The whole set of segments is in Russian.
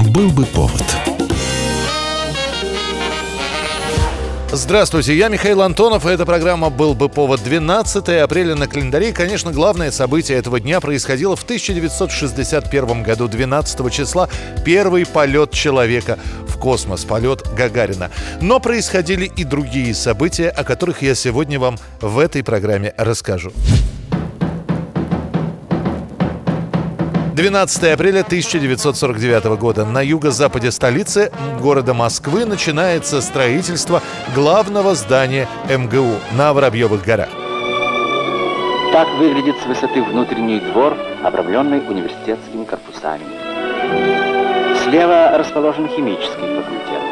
Был бы повод. Здравствуйте, я Михаил Антонов, и эта программа «Был бы повод». 12 апреля на календаре. И, конечно, главное событие этого дня происходило в 1961 году, 12 числа. Первый полет человека в космос, полет Гагарина. Но происходили и другие события, о которых я сегодня вам в этой программе расскажу. 12 апреля 1949 года. На юго-западе столицы, города Москвы, начинается строительство главного здания МГУ на Воробьевых горах. Так выглядит с высоты внутренний двор, обрамленный университетскими корпусами. Слева расположен химический факультет.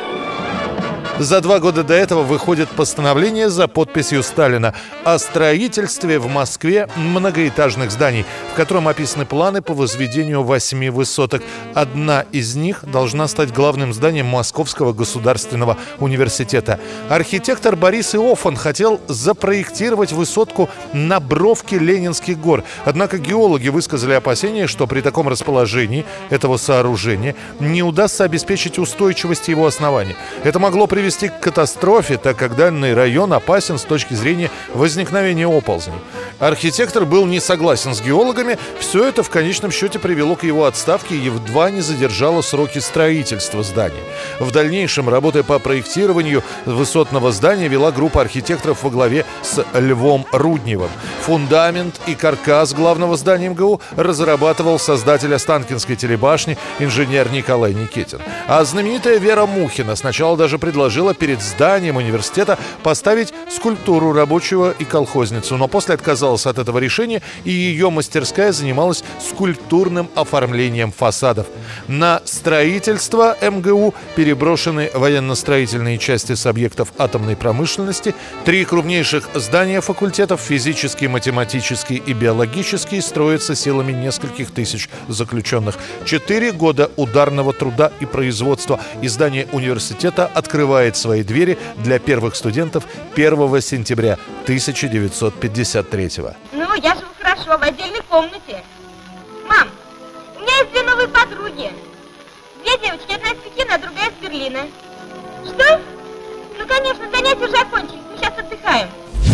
За 2 года до этого выходит постановление за подписью Сталина о строительстве в Москве многоэтажных зданий, в котором описаны планы по возведению 8 высоток. Одна из них должна стать главным зданием Московского государственного университета. Архитектор Борис Иоффман хотел запроектировать высотку на бровке Ленинских гор. Однако геологи высказали опасения, что при таком расположении этого сооружения не удастся обеспечить устойчивость его основания. Это могло привести к катастрофе, так как данный район опасен с точки зрения возникновения оползней. Архитектор был не согласен с геологами. Все это в конечном счете привело к его отставке и едва не задержало сроки строительства здания. В дальнейшем, работая по проектированию высотного здания, вела группа архитекторов во главе с Львом Рудневым. Фундамент и каркас главного здания МГУ разрабатывал создатель Останкинской телебашни инженер Николай Никитин. А знаменитая Вера Мухина сначала даже предложила перед зданием университета поставить скульптуру рабочего и колхозницу, но после отказалась от этого решения, и ее мастерская занималась скульптурным оформлением фасадов. На строительство МГУ переброшены военно-строительные части с объектов атомной промышленности. 3 крупнейших здания факультетов, физический, математический и биологический, строятся силами нескольких тысяч заключенных. 4 года ударного труда и производства, и здание университета открывает свои двери для первых студентов 1 сентября 1953-го. Ну, я живу хорошо, в отдельной комнате. Мам, у меня есть 2 новые подруги. 2 девочки, одна из Пекина, а другая из Берлина. Что? Ну, конечно, занятия уже окончились, мы сейчас отдыхаем.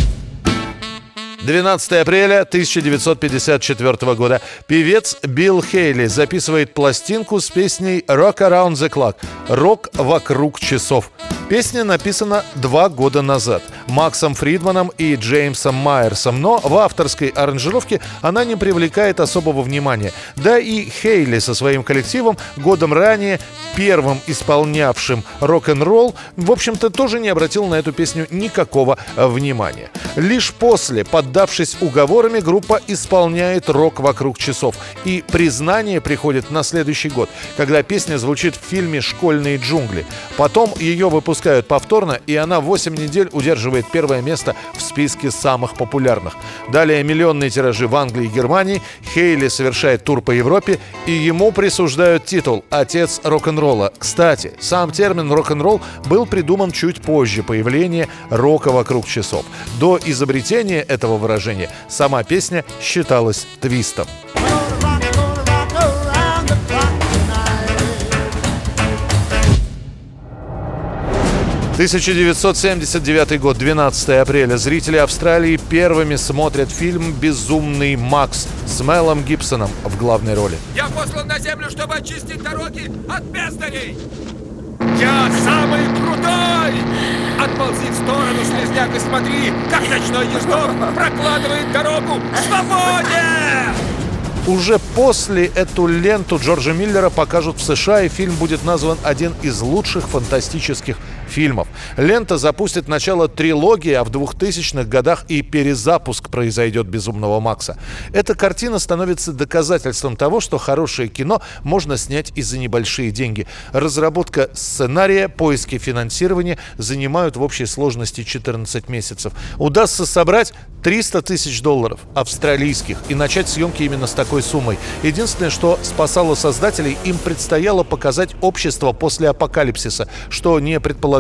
12 апреля 1954 года. Певец Билл Хейли записывает пластинку с песней «Rock Around the Clock» – «Рок вокруг часов». Песня написана 2 года назад Максом Фридманом и Джеймсом Майерсом, но в авторской аранжировке она не привлекает особого внимания. Да и Хейли со своим коллективом, годом ранее первым исполнявшим рок-н-ролл, в общем-то, тоже не обратил на эту песню никакого внимания. Лишь после, поддавшись уговорами, группа исполняет «Рок вокруг часов». И признание приходит на следующий год, когда песня звучит в фильме «Школьные джунгли». Потом ее выпускают повторно, и она 8 недель удерживает 1 место в списке самых популярных. Далее миллионные тиражи в Англии и Германии. Хейли совершает тур по Европе, и ему присуждают титул «Отец рок-н-ролла». Кстати, сам термин «рок-н-ролл» был придуман чуть позже появления рока вокруг часов. До изобретения этого выражения сама песня считалась твистом. 1979 год, 12 апреля. Зрители Австралии первыми смотрят фильм «Безумный Макс» с Мелом Гибсоном в главной роли. Я послан на землю, чтобы очистить дороги от бездарей. Я самый крутой! Отползи в сторону, слизняк, и смотри, как ночной ездок прокладывает дорогу к свободе! Уже после эту ленту Джорджа Миллера покажут в США, и фильм будет назван один из лучших фантастических фильмов. Лента запустит начало трилогии, а в 2000-х годах и перезапуск произойдет «Безумного Макса». Эта картина становится доказательством того, что хорошее кино можно снять и за небольшие деньги. Разработка сценария, поиски финансирования занимают в общей сложности 14 месяцев. Удастся собрать $300 тысяч австралийских и начать съемки именно с такой суммой. Единственное, что спасало создателей, им предстояло показать общество после апокалипсиса, что не предполагалось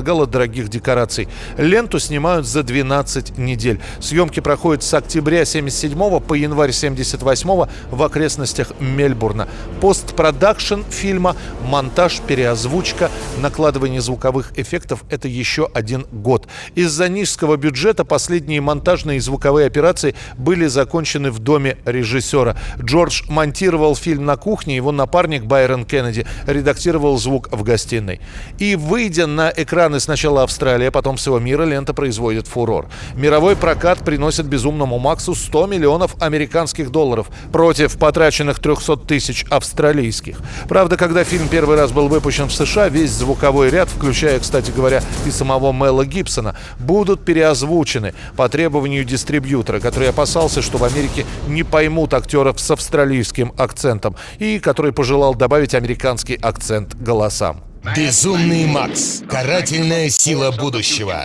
предполагало дорогих декораций. Ленту снимают за 12 недель. Съемки проходят с октября 1977 по январь 1978 в окрестностях Мельбурна. Постпродакшн фильма, монтаж, переозвучка, накладывание звуковых эффектов – это еще один год. Из-за низкого бюджета последние монтажные и звуковые операции были закончены в доме режиссера. Джордж монтировал фильм на кухне, его напарник Байрон Кеннеди редактировал звук в гостиной. И, выйдя на экраны сначала Австралии, а потом всего мира, лента производит фурор. Мировой прокат приносит «Безумному Максу» 100 миллионов американских долларов против потраченных 300 тысяч австралийских. Правда, когда фильм первый раз был выпущен в США, весь звуковой ряд, включая, кстати говоря, и самого Мела Гибсона, будут переозвучены по требованию дистрибьютора, который опасался, что в Америке не поймут актеров с австралийским акцентом и который пожелал добавить американский акцент голосам. «Безумный Макс. Карательная сила будущего».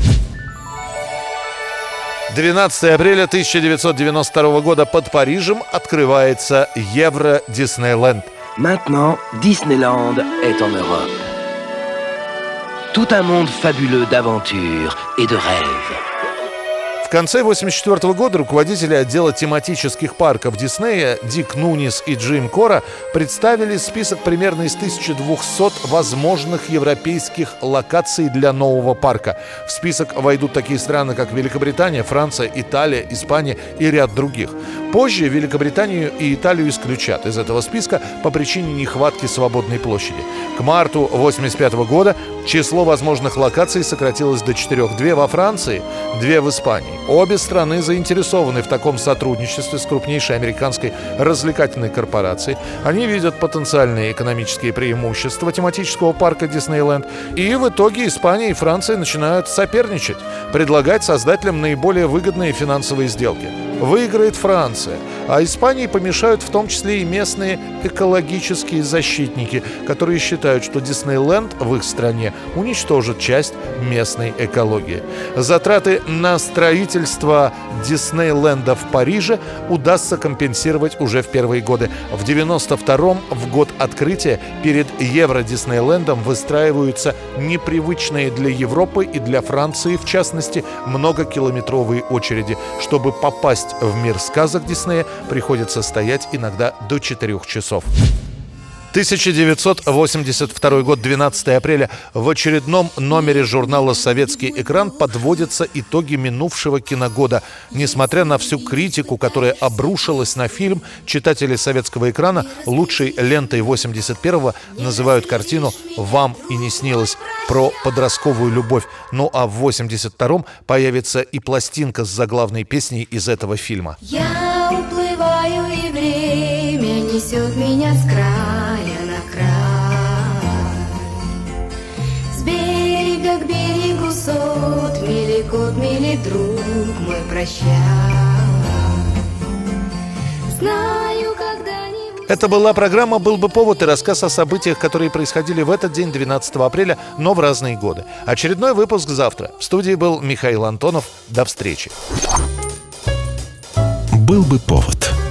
12 апреля 1992 года под Парижем открывается Евро-Диснейленд. Maintenant, Disneyland est en Europe. Tout un monde fabuleux d'aventures et de rêves. В конце 1984 года руководители отдела тематических парков Диснея Дик Нунис и Джим Кора представили список примерно из 1200 возможных европейских локаций для нового парка. В список войдут такие страны, как Великобритания, Франция, Италия, Испания и ряд других. Позже Великобританию и Италию исключат из этого списка по причине нехватки свободной площади. К марту 1985 года число возможных локаций сократилось до 4: 2 во Франции, 2 в Испании. Обе страны заинтересованы в таком сотрудничестве с крупнейшей американской развлекательной корпорацией. Они видят потенциальные экономические преимущества тематического парка Диснейленд. И в итоге Испания и Франция начинают соперничать, предлагать создателям наиболее выгодные финансовые сделки. Выиграет Франция, а Испании помешают в том числе и местные экологические защитники, которые считают, что Диснейленд в их стране уничтожит часть местной экологии. Затраты на строительство Диснейленда в Париже удастся компенсировать уже в первые годы. В 1992-м, в год открытия, перед Евро-Диснейлендом выстраиваются непривычные для Европы и для Франции, в частности, многокилометровые очереди. Чтобы попасть в мир сказок Диснея, приходится стоять иногда до 4 часов. 1982 год, 12 апреля. В очередном номере журнала «Советский экран» подводятся итоги минувшего киногода. Несмотря на всю критику, которая обрушилась на фильм, читатели «Советского экрана» лучшей лентой 81-го называют картину «Вам и не снилось», про подростковую любовь. Ну а в 82-м появится и пластинка с заглавной песней из этого фильма. Я уплываю, и время несет меня с края на край. С берега к берегу сот мили год, мили друг мой, прощай. Знаю, когда-нибудь... Это была программа «Был бы повод» и рассказ о событиях, которые происходили в этот день, 12 апреля, но в разные годы. Очередной выпуск завтра. В студии был Михаил Антонов. До встречи. «Был бы повод».